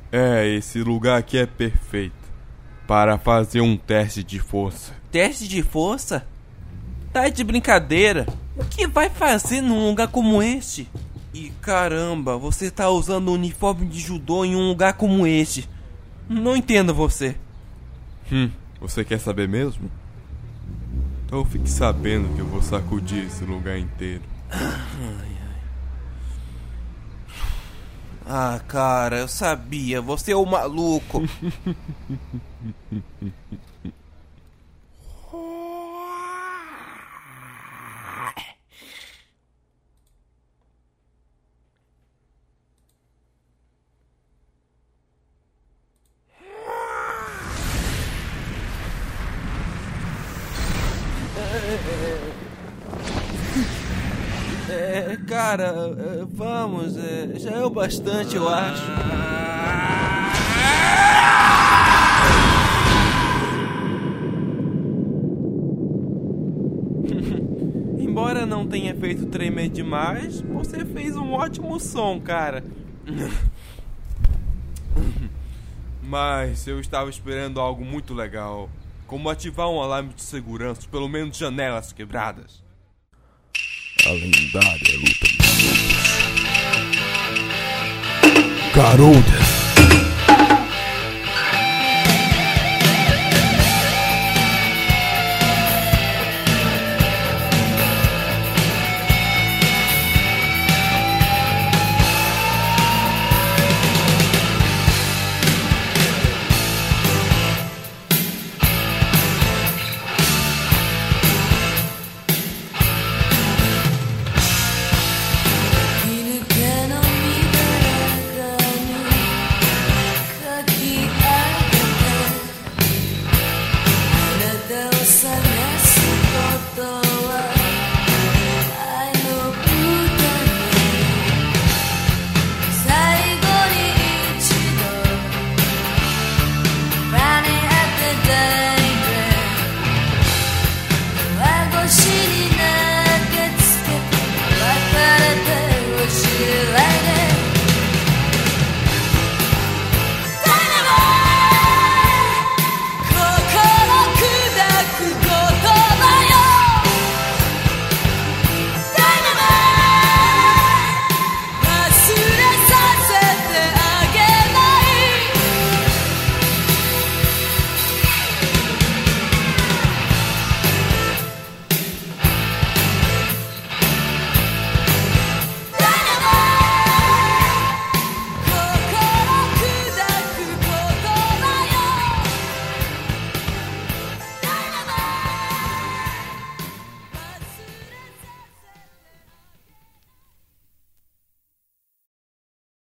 Esse lugar aqui é perfeito para fazer um teste de força. Teste de força? Tá de brincadeira. O que vai fazer num lugar como este? E caramba, você tá usando um uniforme de judô em um lugar como este. Não entendo você. Você quer saber mesmo? Então fique sabendo que eu vou sacudir esse lugar inteiro. Ah, cara, eu sabia. Você é o maluco. Cara, vamos, já é o bastante, eu acho. Embora não tenha feito tremer demais, você fez um ótimo som, cara. Mas eu estava esperando algo muito legal, como ativar um alarme de segurança, pelo menos janelas quebradas. A lendária luta dos lobos. Garotas.